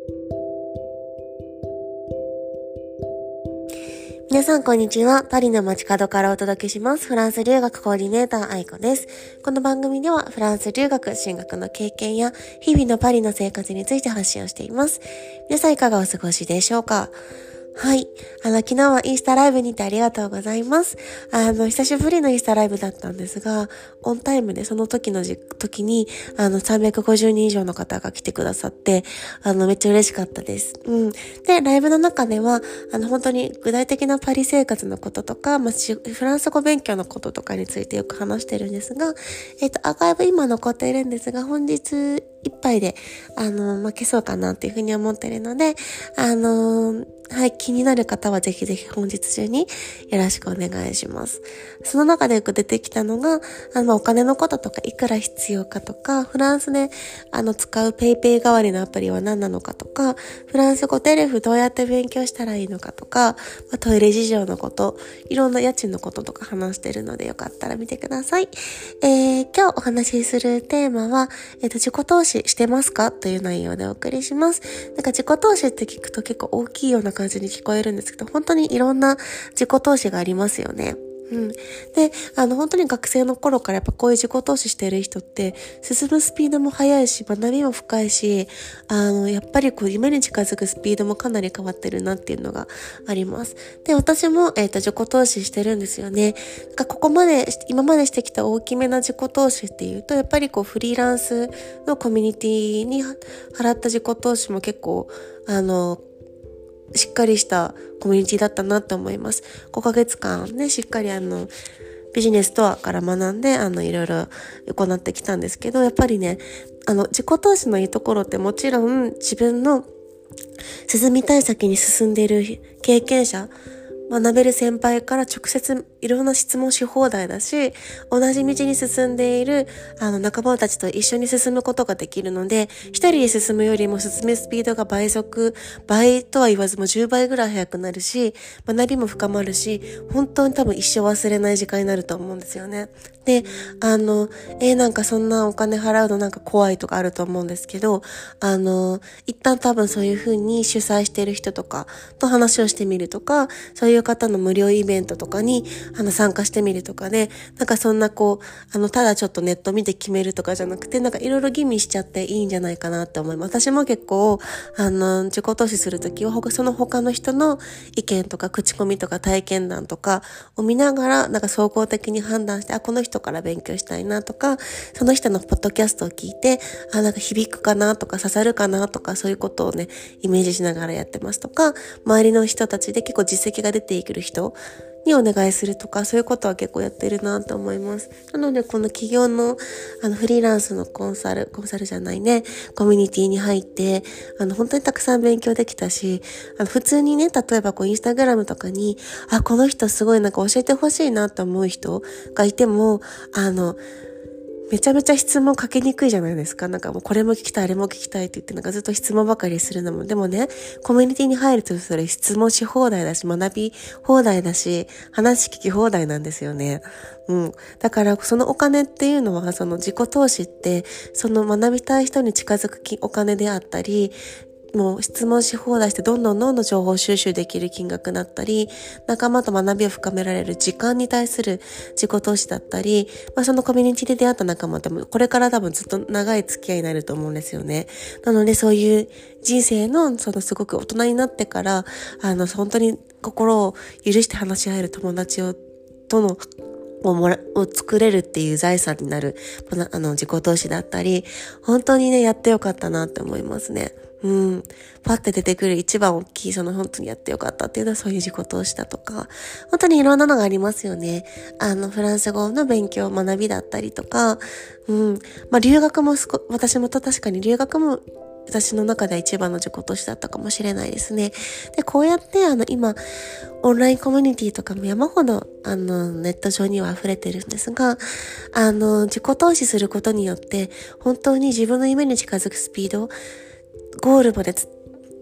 皆さんこんにちは。パリの街角からお届けします。フランス留学コーディネーター愛子です。この番組ではフランス留学進学の経験や日々のパリの生活について発信をしています。皆さんいかがお過ごしでしょうか？はい。昨日はインスタライブにてありがとうございます。久しぶりのインスタライブだったんですが、オンタイムでその時に、350人以上の方が来てくださって、めっちゃ嬉しかったです。で、ライブの中では、本当に具体的なパリ生活のこととか、フランス語勉強のこととかについてよく話してるんですが、アーカイブ今残っているんですが、本日いっぱいで、消そうかなっていうふうに思ってるので、はい、気になる方はぜひぜひ本日中によろしくお願いします。その中でよく出てきたのが、お金のこととかいくら必要かとか、フランスで使うペイペイ代わりのアプリは何なのかとか、フランス語テレフどうやって勉強したらいいのかとか、トイレ事情のこと、いろんな家賃のこととか話してるのでよかったら見てください。今日お話しするテーマは、自己投資してますかという内容でお送りします。自己投資って聞くと結構大きいような感じに聞こえるんですけど、本当にいろんな自己投資がありますよね。で、本当に学生の頃からやっぱこういう自己投資してる人って進むスピードも速いし、学びも深いし、やっぱり夢に近づくスピードもかなり変わってるなっていうのがあります。で、私も、自己投資してるんですよね。今までしてきた大きめな自己投資っていうと、やっぱりフリーランスのコミュニティに払った自己投資も結構、しっかりしたコミュニティだったなって思います。5ヶ月間ね、しっかりビジネスとはから学んで、いろいろ行ってきたんですけど、やっぱりね、自己投資のいいところってもちろん自分の進みたい先に進んでいる経験者、学べる先輩から直接いろんな質問し放題だし、同じ道に進んでいる仲間たちと一緒に進むことができるので、一人で進むよりも進むスピードが倍とは言わずも10倍ぐらい速くなるし、学びも深まるし、本当に多分一生忘れない時間になると思うんですよね。で、なんかそんなお金払うのなんか怖いとかあると思うんですけど、一旦多分そういう風に主催している人とかと話をしてみるとか、そういう方の無料イベントとかに参加してみるとかで、なんかそんなただちょっとネット見て決めるとかじゃなくて、なんかいろいろ吟味しちゃっていいんじゃないかなって思います。私も結構、自己投資するときはその他の人の意見とか口コミとか体験談とかを見ながら、なんか総合的に判断して、この人から勉強したいなとか、その人のポッドキャストを聞いて、なんか響くかなとか刺さるかなとか、そういうことをね、イメージしながらやってますとか、周りの人たちで結構実績が出てくる人にお願いするとか、そういうことは結構やってるなと思います。なので、この企業のフリーランスのコンサルじゃないね、コミュニティに入って、本当にたくさん勉強できたし、普通にね、例えばインスタグラムとかに、この人すごいなんか教えてほしいなと思う人がいても、めちゃめちゃ質問かけにくいじゃないですか。なんかもうこれも聞きたい、あれも聞きたいって言ってなんかずっと質問ばかりするのも。でもね、コミュニティに入るとそれ質問し放題だし、学び放題だし、話聞き放題なんですよね。だからそのお金っていうのはその自己投資って、その学びたい人に近づくお金であったり、もう質問し放題してどんどん情報収集できる金額だったり、仲間と学びを深められる時間に対する自己投資だったり、そのコミュニティで出会った仲間でもこれから多分ずっと長い付き合いになると思うんですよね。なのでそういう人生のすごく大人になってから、本当に心を許して話し合える友達とのを作れるっていう財産になる自己投資だったり、本当にね、やってよかったなって思いますね。パッて出てくる一番大きい本当にやってよかったっていうのはそういう自己投資だとか、本当にいろんなのがありますよね。フランス語の勉強、学びだったりとか、留学も私も確かに留学も私の中では一番の自己投資だったかもしれないですね。で、こうやって今、オンラインコミュニティとかも山ほどネット上には溢れてるんですが、自己投資することによって本当に自分の夢に近づくスピード、ゴールまで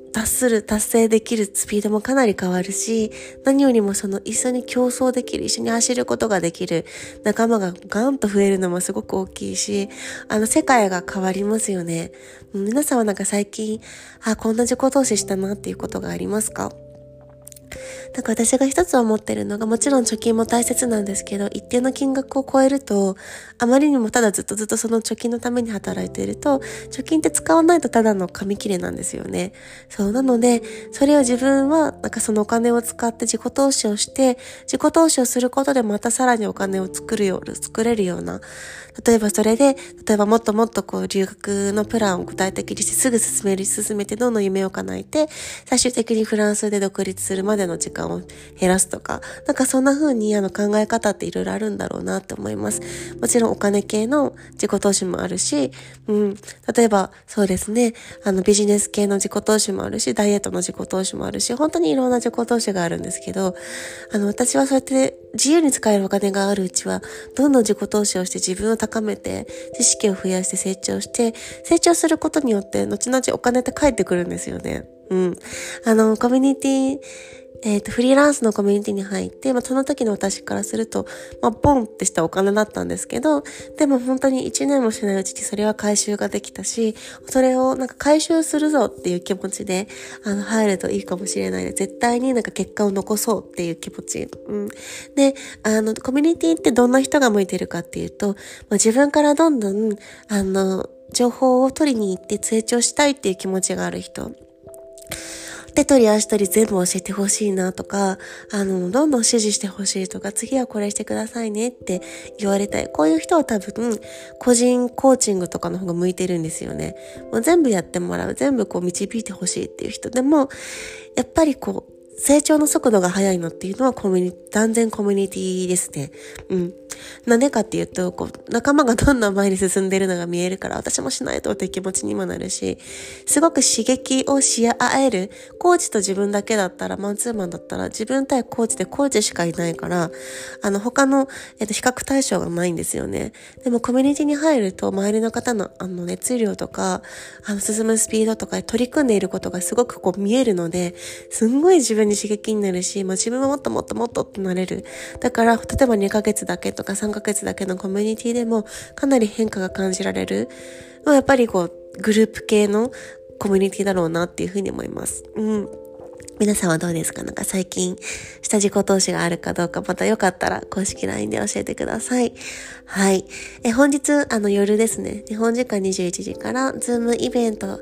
達成できるスピードもかなり変わるし、何よりも一緒に競争できる、一緒に走ることができる仲間がガンと増えるのもすごく大きいし、世界が変わりますよね。皆さんは最近、こんな自己投資したなっていうことがありますか？私が一つ思ってるのが、もちろん貯金も大切なんですけど、一定の金額を超えると、あまりにもただずっとその貯金のために働いていると、貯金って使わないとただの紙切れなんですよね。なので、それを自分は、そのお金を使って自己投資をして、自己投資をすることでまたさらにお金を作れるような、例えばもっともっと留学のプランを具体的にしてすぐ進めてどんどん夢を叶えて、最終的にフランスで独立するまでの時間を減らすとか、そんな風に考え方っていろいろあるんだろうなって思います。もちろんお金系の自己投資もあるし、例えばそうですね、ビジネス系の自己投資もあるし、ダイエットの自己投資もあるし、本当にいろんな自己投資があるんですけど、私はそうやって自由に使えるお金があるうちは、どんどん自己投資をして自分を高めて、知識を増やして成長することによって、後々お金って返ってくるんですよね。コミュニティ、フリーランスのコミュニティに入って、その時の私からすると、ポンってしたお金だったんですけど、でも本当に1年もしないうちにそれは回収ができたし、それを回収するぞっていう気持ちで、入るといいかもしれないで、絶対に結果を残そうっていう気持ち。で、コミュニティってどんな人が向いてるかっていうと、自分からどんどん、情報を取りに行って成長したいっていう気持ちがある人。手取り足取り全部教えてほしいなとか、どんどん指示してほしいとか、次はこれしてくださいねって言われたい。こういう人は多分、個人コーチングとかの方が向いてるんですよね。もう全部やってもらう。全部導いてほしいっていう人でも、やっぱり成長の速度が速いのっていうのは断然コミュニティですね。なんでかっていうと、仲間がどんどん前に進んでるのが見えるから、私もしないとっていう気持ちにもなるし、すごく刺激をし合える。コーチと自分だけだったら、マンツーマンだったら、自分対コーチでコーチしかいないから、他の、比較対象がないんですよね。でもコミュニティに入ると、周りの方の、熱量とか、進むスピードとか、取り組んでいることがすごく見えるので、すんごい自分に刺激になるし、自分はもっともっともっとってなれる。だから、例えば2ヶ月だけとか3ヶ月だけのコミュニティでもかなり変化が感じられる。やっぱりグループ系のコミュニティだろうなっていうふうに思います。皆さんはどうですか？最近した自己投資があるかどうか、またよかったら公式 LINE で教えてください。はい。本日夜ですね、日本時間21時からズームイベント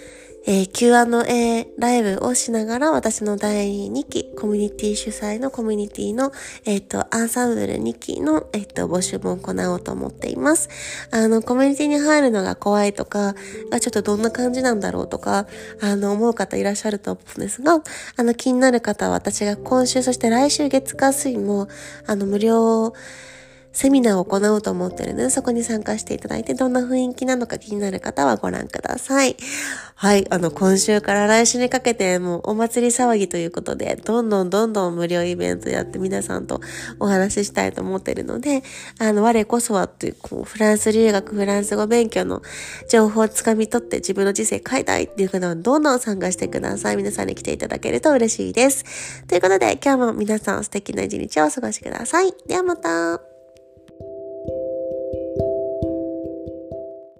Q&A ライブをしながら、私の第2期コミュニティ主催のコミュニティのアンサンブル2期の募集も行おうと思っています。コミュニティに入るのが怖いとか、ちょっとどんな感じなんだろうとか思う方いらっしゃると思うんですが、気になる方は私が今週、そして来週月火水も無料セミナーを行おうと思っているので、そこに参加していただいて、どんな雰囲気なのか気になる方はご覧ください。はい、今週から来週にかけてもうお祭り騒ぎということで、どんどん無料イベントやって皆さんとお話ししたいと思っているので、我こそはっていう、フランス留学、フランス語勉強の情報をつかみ取って自分の人生変えたいっていう方はどんどん参加してください。皆さんに来ていただけると嬉しいです。ということで、今日も皆さん素敵な一日をお過ごしください。ではまた。